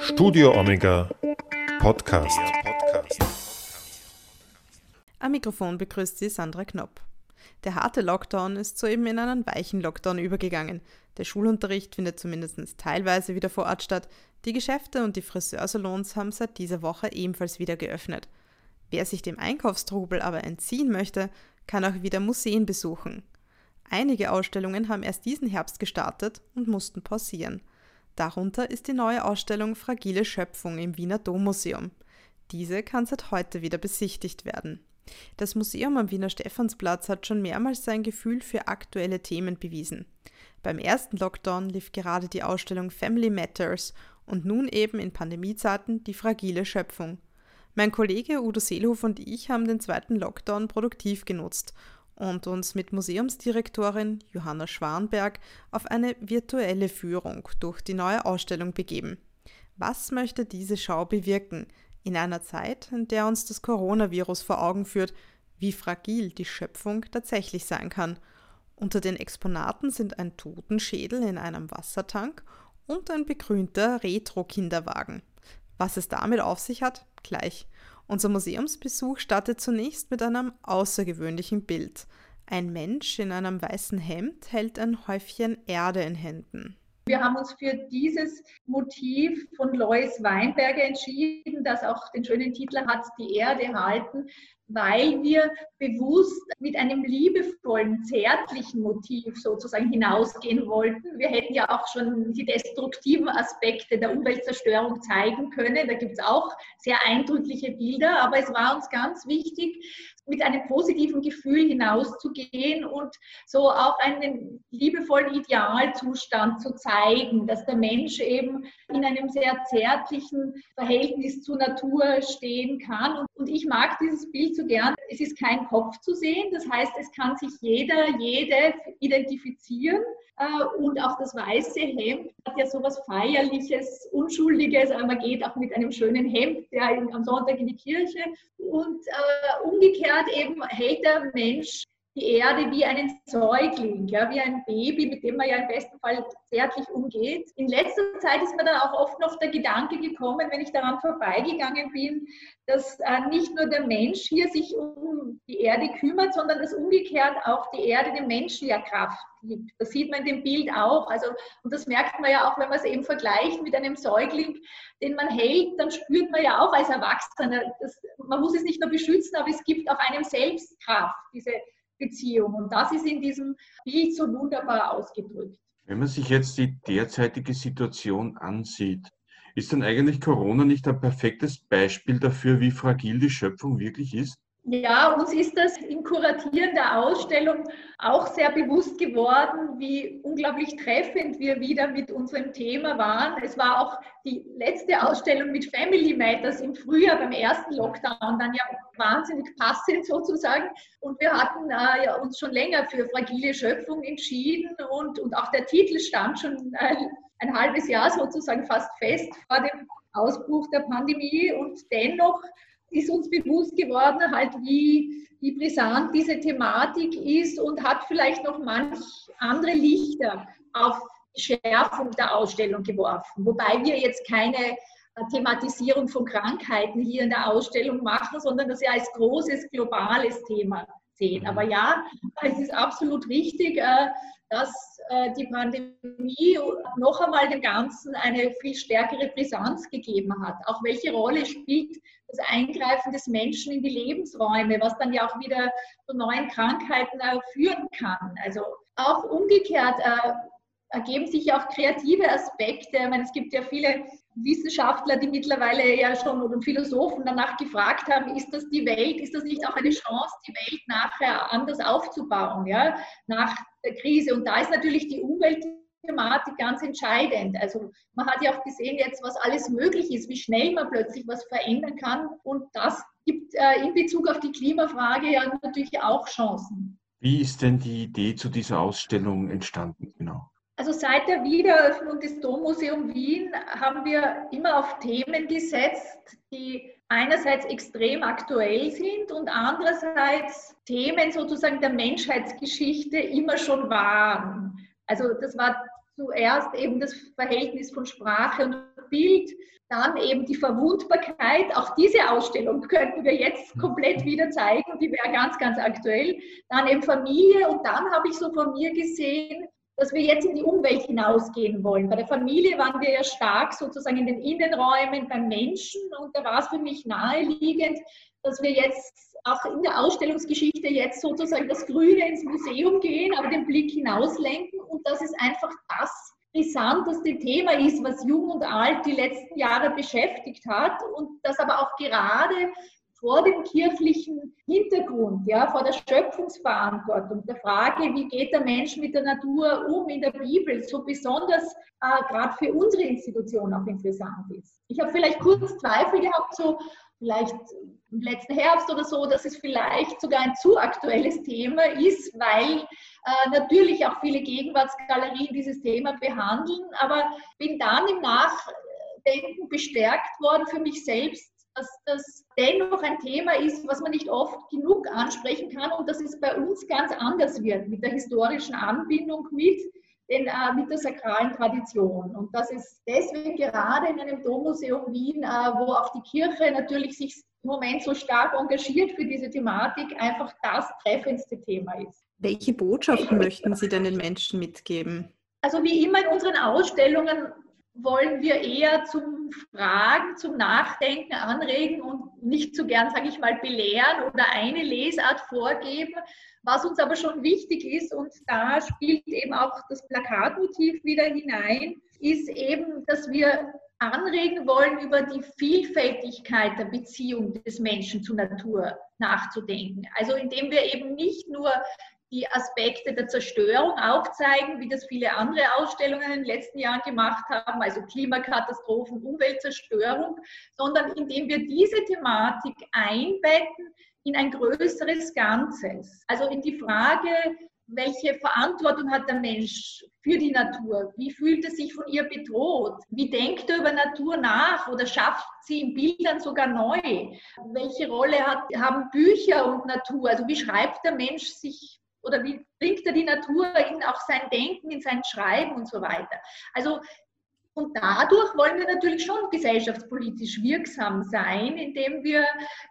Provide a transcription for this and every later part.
Studio Omega Podcast. Am Mikrofon begrüßt Sie Sandra Knopp. Der harte Lockdown ist soeben in einen weichen Lockdown übergegangen. Der Schulunterricht findet zumindest teilweise wieder vor Ort statt. Die Geschäfte und die Friseursalons haben seit dieser Woche ebenfalls wieder geöffnet. Wer sich dem Einkaufstrubel aber entziehen möchte, kann auch wieder Museen besuchen. Einige Ausstellungen haben erst diesen Herbst gestartet und mussten pausieren. Darunter ist die neue Ausstellung Fragile Schöpfung im Wiener Dommuseum. Diese kann seit heute wieder besichtigt werden. Das Museum am Wiener Stephansplatz hat schon mehrmals sein Gefühl für aktuelle Themen bewiesen. Beim ersten Lockdown lief gerade die Ausstellung Family Matters und nun eben in Pandemiezeiten die Fragile Schöpfung. Mein Kollege Udo Seelhof und ich haben den zweiten Lockdown produktiv genutzt und uns mit Museumsdirektorin Johanna Schwanberg auf eine virtuelle Führung durch die neue Ausstellung begeben. Was möchte diese Schau bewirken in einer Zeit, in der uns das Coronavirus vor Augen führt, wie fragil die Schöpfung tatsächlich sein kann? Unter den Exponaten sind ein Totenschädel in einem Wassertank und ein begrünter Retro-Kinderwagen. Was es damit auf sich hat, gleich. Unser Museumsbesuch startet zunächst mit einem außergewöhnlichen Bild. Ein Mensch in einem weißen Hemd hält ein Häufchen Erde in Händen. Wir haben uns für dieses Motiv von Lois Weinberger entschieden, das auch den schönen Titel hat, die Erde halten, weil wir bewusst mit einem liebevollen, zärtlichen Motiv sozusagen hinausgehen wollten. Wir hätten ja auch schon die destruktiven Aspekte der Umweltzerstörung zeigen können. Da gibt es auch sehr eindrückliche Bilder, aber es war uns ganz wichtig, mit einem positiven Gefühl hinauszugehen und so auch einen liebevollen Idealzustand zu zeigen, dass der Mensch eben in einem sehr zärtlichen Verhältnis zur Natur stehen kann. Und ich mag dieses Bild so gern. Es ist kein Kopf zu sehen, das heißt, es kann sich jede identifizieren. Und auch das weiße Hemd hat ja so was Feierliches, Unschuldiges. Man geht auch mit einem schönen Hemd am Sonntag in die Kirche. Und umgekehrt eben hält der Mensch die Erde wie einen Säugling, ja, wie ein Baby, mit dem man ja im besten Fall zärtlich umgeht. In letzter Zeit ist mir dann auch oft noch der Gedanke gekommen, wenn ich daran vorbeigegangen bin, dass nicht nur der Mensch hier sich um die Erde kümmert, sondern dass umgekehrt auch die Erde dem Menschen ja Kraft gibt. Das sieht man in dem Bild auch. Und das merkt man ja auch, wenn man es eben vergleicht mit einem Säugling, den man hält, dann spürt man ja auch als Erwachsener, man muss es nicht nur beschützen, aber es gibt auch einem selbst Kraft, diese Beziehung. Und das ist in diesem Bild so wunderbar ausgedrückt. Wenn man sich jetzt die derzeitige Situation ansieht, ist dann eigentlich Corona nicht ein perfektes Beispiel dafür, wie fragil die Schöpfung wirklich ist? Ja, uns ist das im Kuratieren der Ausstellung auch sehr bewusst geworden, wie unglaublich treffend wir wieder mit unserem Thema waren. Es war auch die letzte Ausstellung mit Family Matters im Frühjahr beim ersten Lockdown, dann ja wahnsinnig passend sozusagen. Und wir hatten uns schon länger für fragile Schöpfung entschieden und auch der Titel stand schon ein halbes Jahr sozusagen fast fest vor dem Ausbruch der Pandemie. Und dennoch ist uns bewusst geworden, halt wie brisant diese Thematik ist und hat vielleicht noch manch andere Lichter auf die Schärfung der Ausstellung geworfen. Wobei wir jetzt keine Thematisierung von Krankheiten hier in der Ausstellung machen, sondern das ja als großes globales Thema sehen. Aber ja, es ist absolut richtig, dass die Pandemie noch einmal dem Ganzen eine viel stärkere Brisanz gegeben hat. Auch welche Rolle spielt das Eingreifen des Menschen in die Lebensräume, was dann ja auch wieder zu neuen Krankheiten führen kann. Also auch umgekehrt ergeben sich auch kreative Aspekte. Ich meine, es gibt ja viele Wissenschaftler, die mittlerweile ja schon und Philosophen danach gefragt haben, ist das die Welt, ist das nicht auch eine Chance, die Welt nachher anders aufzubauen, ja, nach der Krise? Und da ist natürlich die Umweltthematik ganz entscheidend. Also man hat ja auch gesehen jetzt, was alles möglich ist, wie schnell man plötzlich was verändern kann. Und das gibt in Bezug auf die Klimafrage ja natürlich auch Chancen. Wie ist denn die Idee zu dieser Ausstellung entstanden, genau? Also seit der Wiedereröffnung des Dommuseums Wien haben wir immer auf Themen gesetzt, die einerseits extrem aktuell sind und andererseits Themen sozusagen der Menschheitsgeschichte immer schon waren. Also das war zuerst eben das Verhältnis von Sprache und Bild. Dann eben die Verwundbarkeit. Auch diese Ausstellung könnten wir jetzt komplett wieder zeigen. Die wäre ganz, ganz aktuell. Dann eben Familie. Und dann habe ich so von mir gesehen, dass wir jetzt in die Umwelt hinausgehen wollen. Bei der Familie waren wir ja stark sozusagen in den Innenräumen beim Menschen. Und da war es für mich naheliegend, dass wir jetzt auch in der Ausstellungsgeschichte jetzt sozusagen das Grüne ins Museum gehen, aber den Blick hinauslenken. Und das ist einfach das brisanteste Thema ist, was Jung und Alt die letzten Jahre beschäftigt hat und das aber auch gerade vor dem kirchlichen Hintergrund, ja, vor der Schöpfungsverantwortung, der Frage, wie geht der Mensch mit der Natur um in der Bibel, so besonders gerade für unsere Institution auch interessant ist. Ich habe vielleicht kurz Zweifel gehabt, so vielleicht im letzten Herbst oder so, dass es vielleicht sogar ein zu aktuelles Thema ist, weil natürlich auch viele Gegenwartsgalerien dieses Thema behandeln, aber bin dann im Nachdenken bestärkt worden für mich selbst, dass das dennoch ein Thema ist, was man nicht oft genug ansprechen kann und dass es bei uns ganz anders wird mit der historischen Anbindung mit der sakralen Tradition. Und das ist deswegen gerade in einem Dommuseum Wien, wo auch die Kirche natürlich sich im Moment so stark engagiert für diese Thematik, einfach das treffendste Thema ist. Welche Botschaften möchten Sie denn den Menschen mitgeben? Also wie immer in unseren Ausstellungen wollen wir eher zum Fragen, zum Nachdenken anregen und nicht so gern, sage ich mal, belehren oder eine Lesart vorgeben. Was uns aber schon wichtig ist, und da spielt eben auch das Plakatmotiv wieder hinein, ist eben, dass wir anregen wollen, über die Vielfältigkeit der Beziehung des Menschen zur Natur nachzudenken. Also indem wir eben nicht nur die Aspekte der Zerstörung aufzeigen, wie das viele andere Ausstellungen in den letzten Jahren gemacht haben, also Klimakatastrophen, Umweltzerstörung, sondern indem wir diese Thematik einbetten in ein größeres Ganzes. Also in die Frage, welche Verantwortung hat der Mensch für die Natur? Wie fühlt er sich von ihr bedroht? Wie denkt er über Natur nach oder schafft sie in Bildern sogar neu? Welche Rolle haben Bücher und Natur? Also wie schreibt der Mensch sich oder wie bringt er die Natur in auch sein Denken, in sein Schreiben und so weiter? Also, und dadurch wollen wir natürlich schon gesellschaftspolitisch wirksam sein, indem wir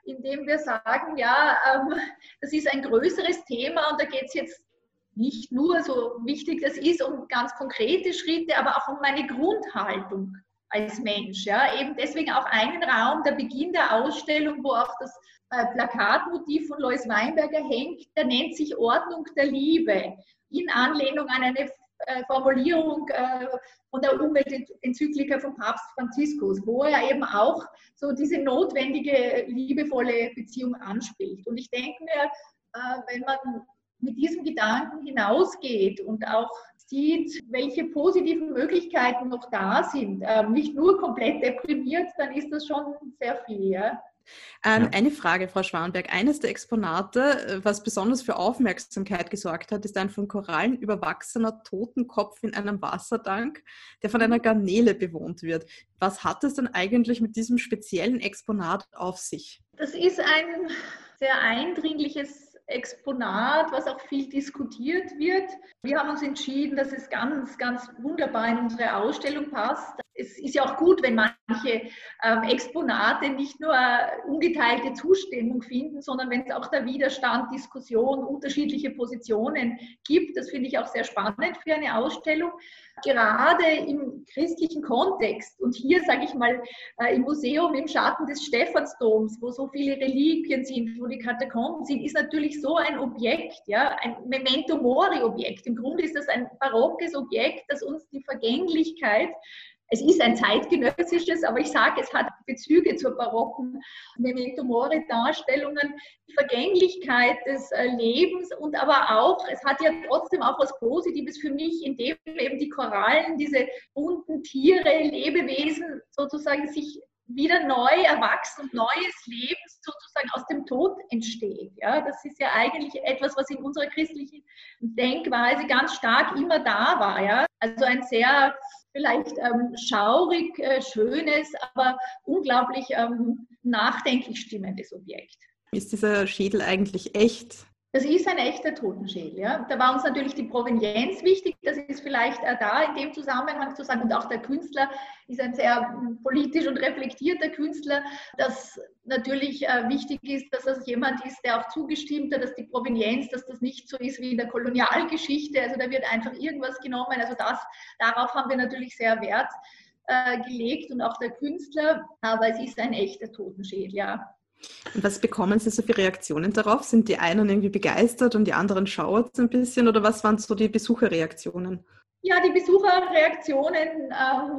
sagen, ja, das ist ein größeres Thema und da geht es jetzt nicht nur, so wichtig das ist, um ganz konkrete Schritte, aber auch um meine Grundhaltung als Mensch. Ja. Eben deswegen auch einen Raum, der Beginn der Ausstellung, wo auch das Plakatmotiv von Lois Weinberger hängt, der nennt sich Ordnung der Liebe, in Anlehnung an eine Formulierung von der Umweltenzyklika von Papst Franziskus, wo er eben auch so diese notwendige, liebevolle Beziehung anspielt. Und ich denke mir, wenn man mit diesem Gedanken hinausgeht und auch sieht, welche positiven Möglichkeiten noch da sind, nicht nur komplett deprimiert, dann ist das schon sehr viel. Ja? Eine Frage, Frau Schwanberg. Eines der Exponate, was besonders für Aufmerksamkeit gesorgt hat, ist ein von Korallen überwachsener Totenkopf in einem Wassertank, der von einer Garnele bewohnt wird. Was hat es denn eigentlich mit diesem speziellen Exponat auf sich? Das ist ein sehr eindringliches Exponat, was auch viel diskutiert wird. Wir haben uns entschieden, dass es ganz, ganz wunderbar in unsere Ausstellung passt. Es ist ja auch gut, wenn manche Exponate nicht nur ungeteilte Zustimmung finden, sondern wenn es auch der Widerstand, Diskussion, unterschiedliche Positionen gibt. Das finde ich auch sehr spannend für eine Ausstellung. Gerade im christlichen Kontext und hier, sage ich mal, im Museum im Schatten des Stephansdoms, wo so viele Reliquien sind, wo die Katakomben sind, ist natürlich so ein Objekt, ja, ein Memento-Mori-Objekt. Im Grunde ist das ein barockes Objekt, das uns die Vergänglichkeit, es ist ein zeitgenössisches, aber ich sage, es hat Bezüge zur barocken Memento-Mori-Darstellungen, die Vergänglichkeit des Lebens und aber auch, es hat ja trotzdem auch was Positives für mich, indem eben die Korallen, diese bunten Tiere, Lebewesen sozusagen sich wieder neu erwachsen und neues Leben sozusagen aus dem Tod entsteht. Ja, das ist ja eigentlich etwas, was in unserer christlichen Denkweise ganz stark immer da war. Ja? Also ein sehr vielleicht schaurig, schönes, aber unglaublich nachdenklich stimmendes Objekt. Ist dieser Schädel eigentlich echt? Das ist ein echter Totenschädel. Ja. Da war uns natürlich die Provenienz wichtig. Das ist vielleicht da in dem Zusammenhang zu sagen. Und auch der Künstler ist ein sehr politisch und reflektierter Künstler, dass natürlich wichtig ist, dass das jemand ist, der auch zugestimmt hat, dass die Provenienz, dass das nicht so ist wie in der Kolonialgeschichte. Also da wird einfach irgendwas genommen. Also darauf haben wir natürlich sehr Wert gelegt und auch der Künstler. Aber es ist ein echter Totenschädel, ja. Und was bekommen Sie so für Reaktionen darauf? Sind die einen irgendwie begeistert und die anderen schauert es ein bisschen? Oder was waren so die Besucherreaktionen? Ja, die Besucherreaktionen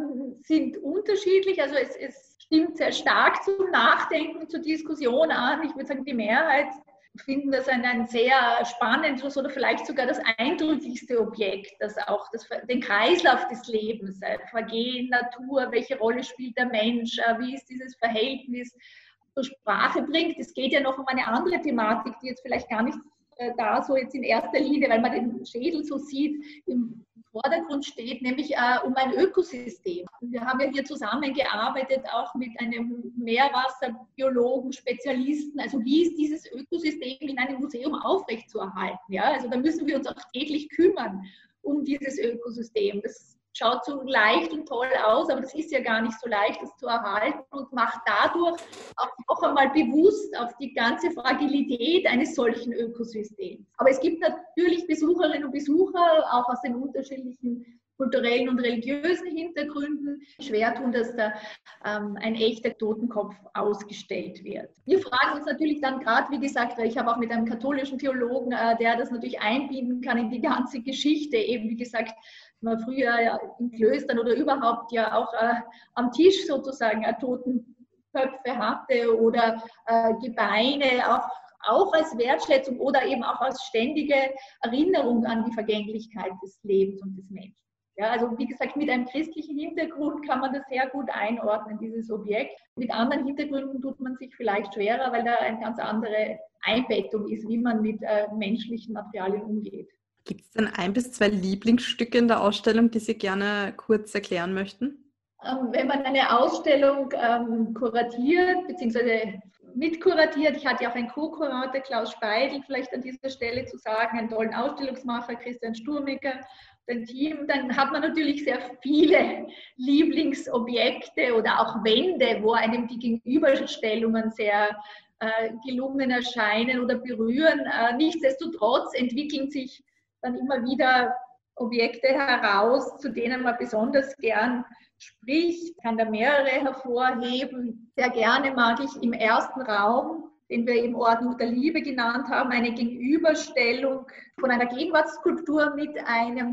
sind unterschiedlich. Also es stimmt sehr stark zum Nachdenken, zur Diskussion an. Ich würde sagen, die Mehrheit finden das ein sehr spannendes oder vielleicht sogar das eindrücklichste Objekt, das auch den Kreislauf des Lebens, Vergehen, Natur, welche Rolle spielt der Mensch, wie ist dieses Verhältnis zur Sprache bringt. Es geht ja noch um eine andere Thematik, die jetzt vielleicht gar nicht da so jetzt in erster Linie, weil man den Schädel so sieht, im Vordergrund steht, nämlich um ein Ökosystem. Wir haben ja hier zusammengearbeitet, auch mit einem Meerwasserbiologen, Spezialisten. Also wie ist dieses Ökosystem in einem Museum aufrechtzuerhalten? Ja? Also da müssen wir uns auch täglich kümmern um dieses Ökosystem. Das schaut so leicht und toll aus, aber das ist ja gar nicht so leicht, das zu erhalten und macht dadurch auch noch einmal bewusst auf die ganze Fragilität eines solchen Ökosystems. Aber es gibt natürlich Besucherinnen und Besucher, auch aus den unterschiedlichen kulturellen und religiösen Hintergründen, schwer tun, dass da ein echter Totenkopf ausgestellt wird. Wir fragen uns natürlich dann gerade, wie gesagt, weil ich habe auch mit einem katholischen Theologen, der das natürlich einbinden kann in die ganze Geschichte, eben wie gesagt, man früher ja in Klöstern oder überhaupt ja auch am Tisch sozusagen Totenköpfe hatte oder Gebeine, auch als Wertschätzung oder eben auch als ständige Erinnerung an die Vergänglichkeit des Lebens und des Menschen. Ja, also wie gesagt, mit einem christlichen Hintergrund kann man das sehr gut einordnen, dieses Objekt. Mit anderen Hintergründen tut man sich vielleicht schwerer, weil da eine ganz andere Einbettung ist, wie man mit menschlichen Materialien umgeht. Gibt es denn 1 bis 2 Lieblingsstücke in der Ausstellung, die Sie gerne kurz erklären möchten? Wenn man eine Ausstellung kuratiert, beziehungsweise mitkuratiert, ich hatte ja auch einen Co-Kurator, Klaus Speidel, vielleicht an dieser Stelle zu sagen, einen tollen Ausstellungsmacher, Christian Sturmiker, ein Team, dann hat man natürlich sehr viele Lieblingsobjekte oder auch Wände, wo einem die Gegenüberstellungen sehr gelungen erscheinen oder berühren. Nichtsdestotrotz entwickeln sich dann immer wieder Objekte heraus, zu denen man besonders gern spricht. Ich kann da mehrere hervorheben. Sehr gerne mag ich im ersten Raum, den wir eben Ordnung der Liebe genannt haben, eine Gegenüberstellung von einer Gegenwartsskulptur mit einem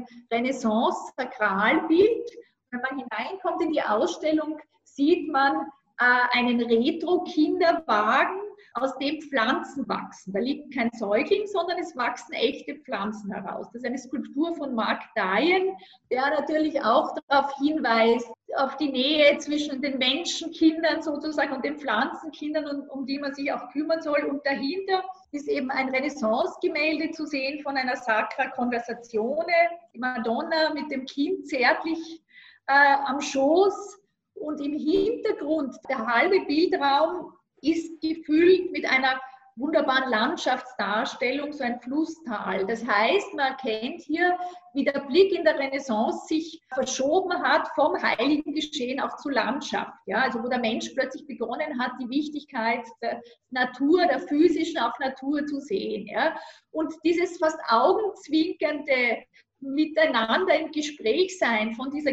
Renaissance-Sakralbild. Wenn man hineinkommt in die Ausstellung, sieht man einen Retro-Kinderwagen, aus dem Pflanzen wachsen. Da liegt kein Säugling, sondern es wachsen echte Pflanzen heraus. Das ist eine Skulptur von Mark Dyen, der natürlich auch darauf hinweist, auf die Nähe zwischen den Menschenkindern sozusagen und den Pflanzenkindern, um die man sich auch kümmern soll. Und dahinter ist eben ein Renaissance-Gemälde zu sehen von einer Sacra Conversazione, die Madonna mit dem Kind zärtlich am Schoß. Und im Hintergrund, der halbe Bildraum, ist gefüllt mit einer wunderbaren Landschaftsdarstellung, so ein Flusstal. Das heißt, man erkennt hier, wie der Blick in der Renaissance sich verschoben hat vom heiligen Geschehen auch zur Landschaft. Ja? Also wo der Mensch plötzlich begonnen hat, die Wichtigkeit der Natur, der physischen auch Natur zu sehen. Ja? Und dieses fast augenzwinkernde Miteinander im Gespräch sein von dieser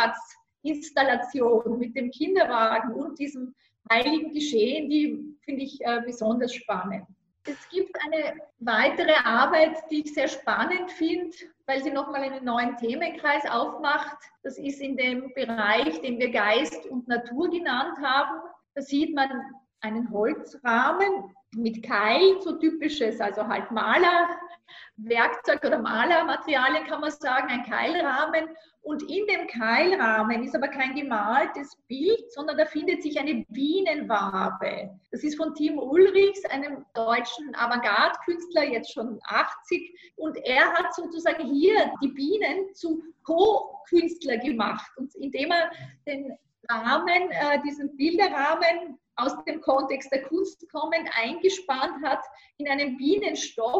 Gegenwartsinstallation mit dem Kinderwagen und diesem heiligen Geschehen, die finde ich besonders spannend. Es gibt eine weitere Arbeit, die ich sehr spannend finde, weil sie nochmal einen neuen Themenkreis aufmacht. Das ist in dem Bereich, den wir Geist und Natur genannt haben. Da sieht man einen Holzrahmen mit Keil, so typisches, also halt Malerwerkzeug oder Malermaterialien kann man sagen, ein Keilrahmen. Und in dem Keilrahmen ist aber kein gemaltes Bild, sondern da findet sich eine Bienenwabe. Das ist von Tim Ulrichs, einem deutschen Avantgarde-Künstler, jetzt schon 80. Und er hat sozusagen hier die Bienen zum Co-Künstler gemacht. Und indem er den Rahmen, diesen Bilderrahmen aus dem Kontext der Kunst kommend eingespannt hat in einen Bienenstock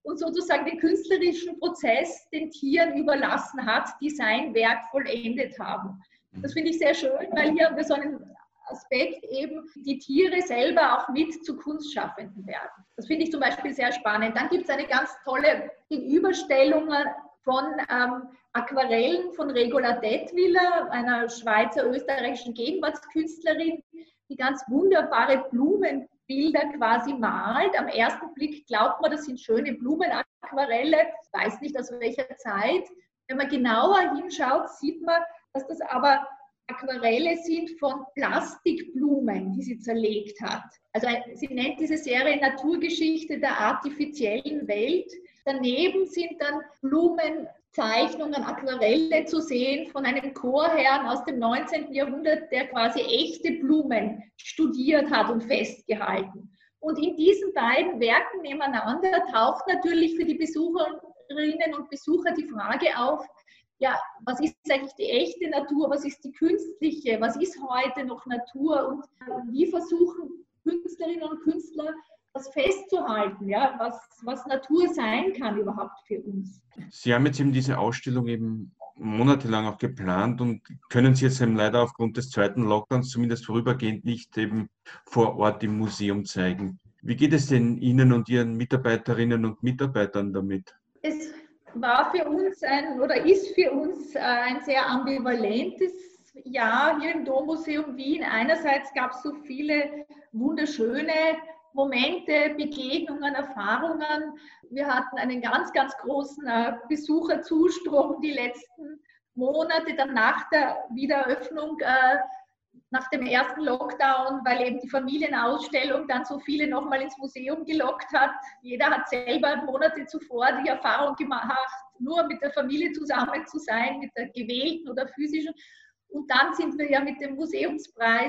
und sozusagen den künstlerischen Prozess den Tieren überlassen hat, die sein Werk vollendet haben. Das finde ich sehr schön, weil hier haben wir so einen Aspekt eben, die Tiere selber auch mit zu Kunstschaffenden werden. Das finde ich zum Beispiel sehr spannend. Dann gibt es eine ganz tolle Gegenüberstellung von Aquarellen von Regula Detwiller, einer Schweizer-österreichischen Gegenwartskünstlerin, die ganz wunderbare Blumenbilder quasi malt. Am ersten Blick glaubt man, das sind schöne Blumenaquarelle, ich weiß nicht aus welcher Zeit. Wenn man genauer hinschaut, sieht man, dass das aber Aquarelle sind von Plastikblumen, die sie zerlegt hat. Also sie nennt diese Serie Naturgeschichte der artifiziellen Welt. Daneben sind dann Blumenzeichnungen, Aquarelle zu sehen von einem Chorherrn aus dem 19. Jahrhundert, der quasi echte Blumen studiert hat und festgehalten. Und in diesen beiden Werken nebeneinander taucht natürlich für die Besucherinnen und Besucher die Frage auf, ja, was ist eigentlich die echte Natur, was ist die künstliche, was ist heute noch Natur und wie versuchen Künstlerinnen und Künstler das festzuhalten, ja, was Natur sein kann überhaupt für uns. Sie haben jetzt eben diese Ausstellung eben monatelang auch geplant und können sie jetzt eben leider aufgrund des zweiten Lockdowns zumindest vorübergehend nicht eben vor Ort im Museum zeigen. Wie geht es denn Ihnen und Ihren Mitarbeiterinnen und Mitarbeitern damit? Es war für uns ist für uns ein sehr ambivalentes Jahr hier im Dommuseum Wien. Einerseits gab es so viele wunderschöne Momente, Begegnungen, Erfahrungen. Wir hatten einen ganz, ganz großen Besucherzustrom die letzten Monate, dann nach der Wiedereröffnung, nach dem ersten Lockdown, weil eben die Familienausstellung dann so viele nochmal ins Museum gelockt hat. Jeder hat selber Monate zuvor die Erfahrung gemacht, nur mit der Familie zusammen zu sein, mit der gewählten oder physischen. Und dann sind wir ja mit dem Museumspreis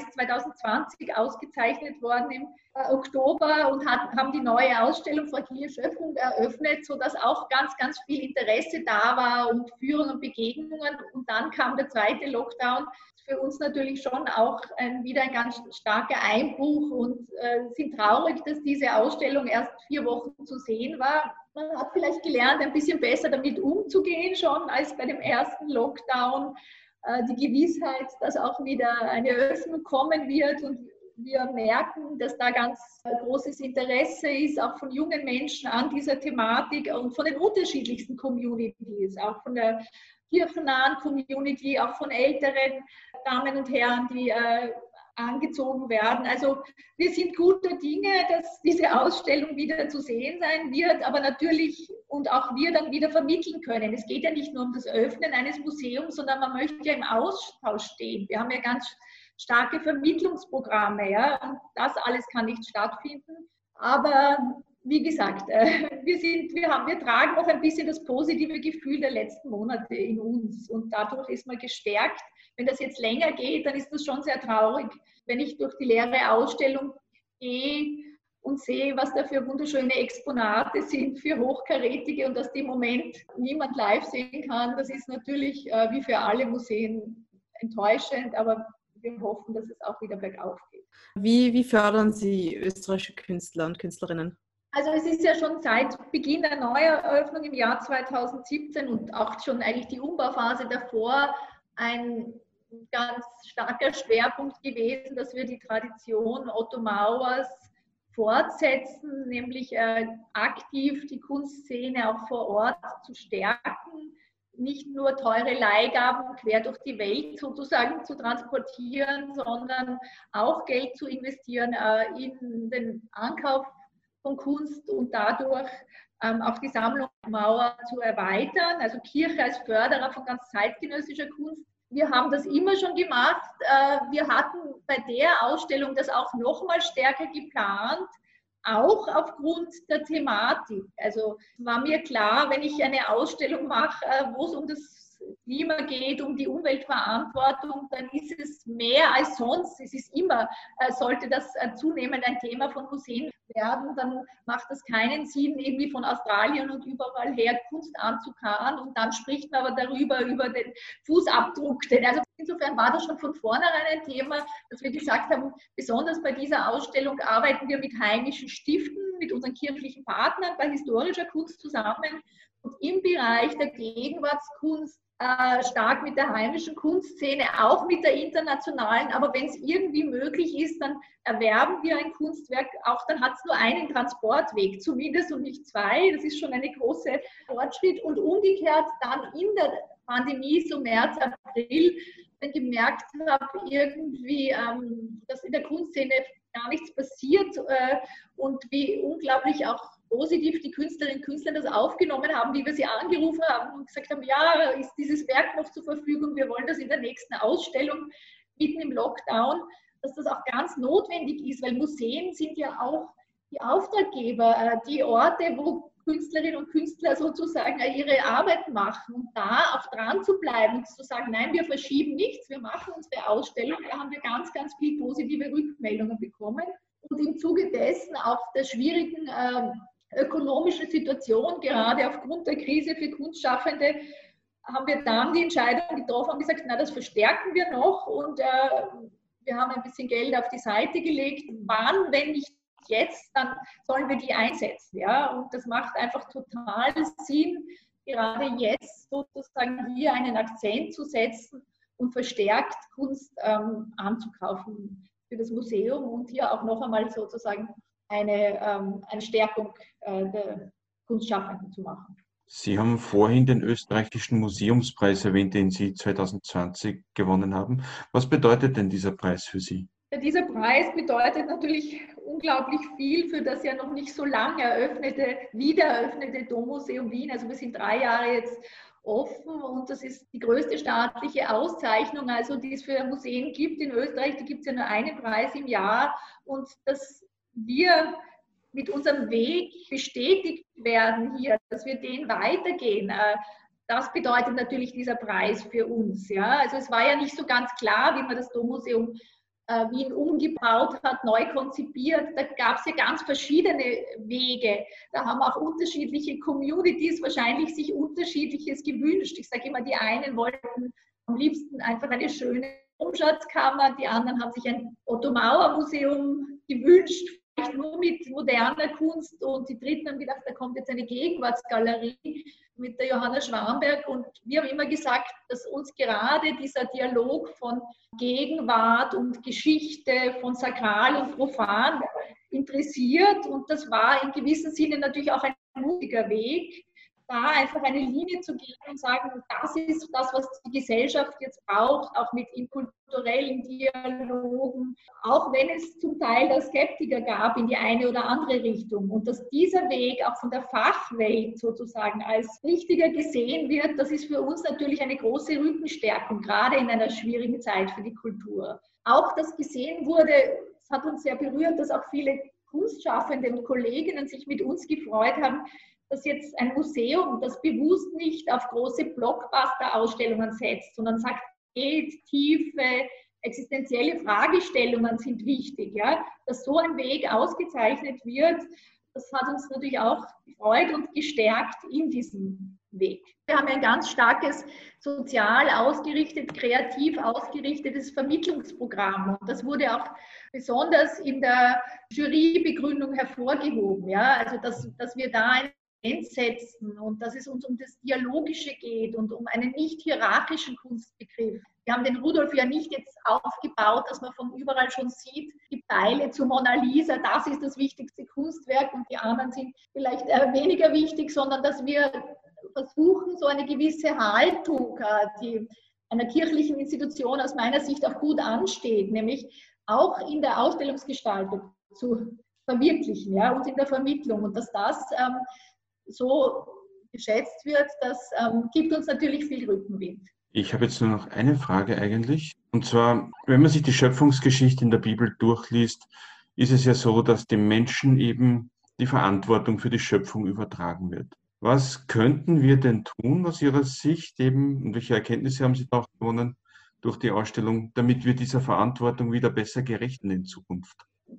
2020 ausgezeichnet worden im Oktober und haben die neue Ausstellung Fragile Schöpfung eröffnet, sodass auch ganz, ganz viel Interesse da war und Führungen und Begegnungen. Und dann kam der zweite Lockdown. Für uns natürlich schon auch wieder ein ganz starker Einbruch und sind traurig, dass diese Ausstellung erst 4 Wochen zu sehen war. Man hat vielleicht gelernt, ein bisschen besser damit umzugehen schon als bei dem ersten Lockdown. Die Gewissheit, dass auch wieder eine Öffnung kommen wird und wir merken, dass da ganz großes Interesse ist, auch von jungen Menschen an dieser Thematik und von den unterschiedlichsten Communities, auch von der kirchennahen Community, auch von älteren Damen und Herren, die angezogen werden. Also wir sind guter Dinge, dass diese Ausstellung wieder zu sehen sein wird, aber natürlich und auch wir dann wieder vermitteln können. Es geht ja nicht nur um das Öffnen eines Museums, sondern man möchte ja im Austausch stehen. Wir haben ja ganz starke Vermittlungsprogramme, ja, und das alles kann nicht stattfinden. Aber wie gesagt, wir tragen noch ein bisschen das positive Gefühl der letzten Monate in uns und dadurch ist man gestärkt. Wenn das jetzt länger geht, dann ist das schon sehr traurig, wenn ich durch die leere Ausstellung gehe und sehe, was da für wunderschöne Exponate sind, für hochkarätige und dass die im Moment niemand live sehen kann. Das ist natürlich wie für alle Museen enttäuschend, aber wir hoffen, dass es auch wieder bergauf geht. Wie fördern Sie österreichische Künstler und Künstlerinnen? Also es ist ja schon seit Beginn der Neueröffnung im Jahr 2017 und auch schon eigentlich die Umbauphase davor ein ganz starker Schwerpunkt gewesen, dass wir die Tradition Otto Mauers fortsetzen, nämlich aktiv die Kunstszene auch vor Ort zu stärken, nicht nur teure Leihgaben quer durch die Welt sozusagen zu transportieren, sondern auch Geld zu investieren in den Ankauf von Kunst und dadurch auch die Sammlung Mauer zu erweitern, also Kirche als Förderer von ganz zeitgenössischer Kunst. Wir haben das immer schon gemacht. Wir hatten bei der Ausstellung das auch noch mal stärker geplant, auch aufgrund der Thematik. Also war mir klar, wenn ich eine Ausstellung mache, wo es um das Klima geht, um die Umweltverantwortung, dann ist es mehr als sonst. Es ist immer, sollte das zunehmend ein Thema von Museen werden, dann macht es keinen Sinn, irgendwie von Australien und überall her Kunst anzukarren und dann spricht man aber darüber, über den Fußabdruck. Also Insofern war das schon von vornherein ein Thema, dass wir gesagt haben, besonders bei dieser Ausstellung arbeiten wir mit heimischen Stiften, mit unseren kirchlichen Partnern bei historischer Kunst zusammen und im Bereich der Gegenwartskunst stark mit der heimischen Kunstszene, auch mit der internationalen, aber wenn es irgendwie möglich ist, dann erwerben wir ein Kunstwerk, auch dann hat es nur einen Transportweg zumindest und nicht zwei, das ist schon eine große Fortschritt und umgekehrt dann in der Pandemie, so März, April, dann gemerkt habe, irgendwie, dass in der Kunstszene gar nichts passiert und wie unglaublich auch positiv die Künstlerinnen und Künstler das aufgenommen haben, wie wir sie angerufen haben und gesagt haben, ja, ist dieses Werk noch zur Verfügung, wir wollen das in der nächsten Ausstellung mitten im Lockdown, dass das auch ganz notwendig ist, weil Museen sind ja auch die Auftraggeber, die Orte, wo Künstlerinnen und Künstler sozusagen ihre Arbeit machen und da auch dran zu bleiben und zu sagen, nein, wir verschieben nichts, wir machen unsere Ausstellung, da haben wir ganz, ganz viel positive Rückmeldungen bekommen und im Zuge dessen auch der schwierigen ökonomischen Situation, gerade aufgrund der Krise für Kunstschaffende, haben wir dann die Entscheidung getroffen und gesagt, na, das verstärken wir noch und wir haben ein bisschen Geld auf die Seite gelegt. Wann, wenn nicht jetzt, dann sollen wir die einsetzen. Ja? Und das macht einfach total Sinn, gerade jetzt sozusagen hier einen Akzent zu setzen und verstärkt Kunst anzukaufen für das Museum und hier auch noch einmal sozusagen eine Stärkung der Kunstschaffenden zu machen. Sie haben vorhin den österreichischen Museumspreis erwähnt, den Sie 2020 gewonnen haben. Was bedeutet denn dieser Preis für Sie? Ja, dieser Preis bedeutet natürlich unglaublich viel für das ja noch nicht so lange wiedereröffnete Dommuseum Wien. Also wir sind 3 Jahre jetzt offen und das ist die größte staatliche Auszeichnung, also die es für Museen gibt in Österreich. Da gibt es ja nur einen Preis im Jahr und dass wir mit unserem Weg bestätigt werden hier, dass wir den weitergehen. Das bedeutet natürlich dieser Preis für uns. Ja? Also es war ja nicht so ganz klar, wie man das Dommuseum Wien umgebaut hat, neu konzipiert. Da gab es ja ganz verschiedene Wege. Da haben auch unterschiedliche Communities wahrscheinlich sich Unterschiedliches gewünscht. Ich sage immer, die einen wollten am liebsten einfach eine schöne Umschatzkammer, die anderen haben sich ein Otto-Mauer-Museum gewünscht, vielleicht nur mit moderner Kunst und die Dritten haben gedacht, da kommt jetzt eine Gegenwartsgalerie mit der Johanna Schwamberg und wir haben immer gesagt, dass uns gerade dieser Dialog von Gegenwart und Geschichte, von Sakral und Profan interessiert und das war in gewissem Sinne natürlich auch ein mutiger Weg, da einfach eine Linie zu gehen und sagen, das ist das, was die Gesellschaft jetzt braucht, auch mit interkulturellen Dialogen, auch wenn es zum Teil da Skeptiker gab in die eine oder andere Richtung. Und dass dieser Weg auch von der Fachwelt sozusagen als richtiger gesehen wird, das ist für uns natürlich eine große Rückenstärkung, gerade in einer schwierigen Zeit für die Kultur. Auch das gesehen wurde, es hat uns sehr berührt, dass auch viele Kunstschaffende und Kolleginnen sich mit uns gefreut haben, dass jetzt ein Museum, das bewusst nicht auf große Blockbuster-Ausstellungen setzt, sondern sagt, Geld, Tiefe, existenzielle Fragestellungen sind wichtig. Ja? Dass so ein Weg ausgezeichnet wird, das hat uns natürlich auch gefreut und gestärkt in diesem Weg. Wir haben ein ganz starkes sozial ausgerichtet, kreativ ausgerichtetes Vermittlungsprogramm. Und das wurde auch besonders in der Jurybegründung hervorgehoben. Ja? Also, dass wir da setzen und dass es uns um das Dialogische geht und um einen nicht hierarchischen Kunstbegriff. Wir haben den Rudolf ja nicht jetzt aufgebaut, dass man von überall schon sieht, die Pfeile zu Mona Lisa, das ist das wichtigste Kunstwerk und die anderen sind vielleicht weniger wichtig, sondern dass wir versuchen, so eine gewisse Haltung, die einer kirchlichen Institution aus meiner Sicht auch gut ansteht, nämlich auch in der Ausstellungsgestaltung zu verwirklichen, ja, und in der Vermittlung und dass das so geschätzt wird, das gibt uns natürlich viel Rückenwind. Ich habe jetzt nur noch eine Frage eigentlich. Und zwar, wenn man sich die Schöpfungsgeschichte in der Bibel durchliest, ist es ja so, dass dem Menschen eben die Verantwortung für die Schöpfung übertragen wird. Was könnten wir denn tun aus Ihrer Sicht eben, und welche Erkenntnisse haben Sie auch gewonnen durch die Ausstellung, damit wir dieser Verantwortung wieder besser gerecht werden in Zukunft?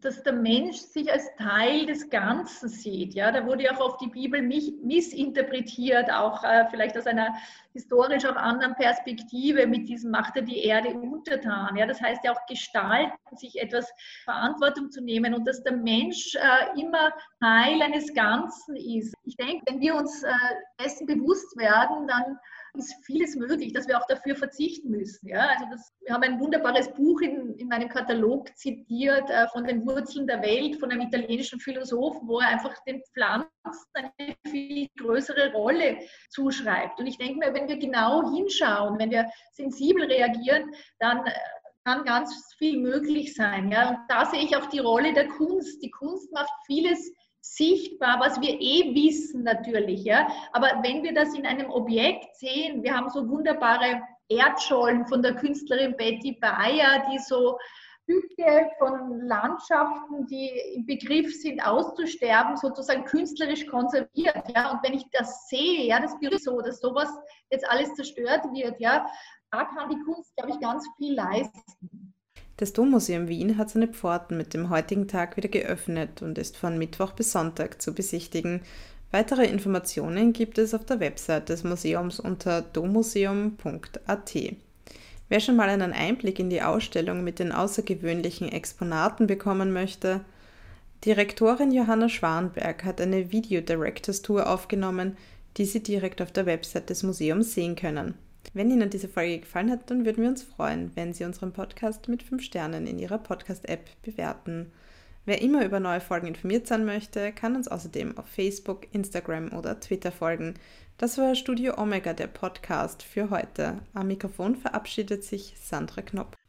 dass der Mensch sich als Teil des Ganzen sieht. Ja, da wurde ja auch oft die Bibel missinterpretiert, auch vielleicht aus einer historisch auch anderen Perspektive. Mit diesem macht er die Erde untertan. Ja, das heißt ja auch gestalten, sich etwas Verantwortung zu nehmen und dass der Mensch immer Teil eines Ganzen ist. Ich denke, wenn wir uns dessen bewusst werden, dann ist vieles möglich, dass wir auch dafür verzichten müssen. Ja? Also wir haben ein wunderbares Buch in meinem Katalog zitiert, von den Wurzeln der Welt, von einem italienischen Philosophen, wo er einfach den Pflanzen eine viel größere Rolle zuschreibt. Und ich denke mir, wenn wir genau hinschauen, wenn wir sensibel reagieren, dann kann ganz viel möglich sein. Ja? Und da sehe ich auch die Rolle der Kunst. Die Kunst macht vieles sichtbar, was wir wissen natürlich, ja. Aber wenn wir das in einem Objekt sehen, wir haben so wunderbare Erdschollen von der Künstlerin Betty Bayer, die so Stücke von Landschaften, die im Begriff sind auszusterben, sozusagen künstlerisch konserviert, ja. Und wenn ich das sehe, ja, das berührt so, dass sowas jetzt alles zerstört wird, ja, da kann die Kunst, glaube ich, ganz viel leisten. Das Dommuseum Wien hat seine Pforten mit dem heutigen Tag wieder geöffnet und ist von Mittwoch bis Sonntag zu besichtigen. Weitere Informationen gibt es auf der Website des Museums unter dommuseum.at. Wer schon mal einen Einblick in die Ausstellung mit den außergewöhnlichen Exponaten bekommen möchte, Direktorin Johanna Schwanberg hat eine Video Directors Tour aufgenommen, die Sie direkt auf der Website des Museums sehen können. Wenn Ihnen diese Folge gefallen hat, dann würden wir uns freuen, wenn Sie unseren Podcast mit 5 Sternen in Ihrer Podcast-App bewerten. Wer immer über neue Folgen informiert sein möchte, kann uns außerdem auf Facebook, Instagram oder Twitter folgen. Das war Studio Omega, der Podcast für heute. Am Mikrofon verabschiedet sich Sandra Knopp.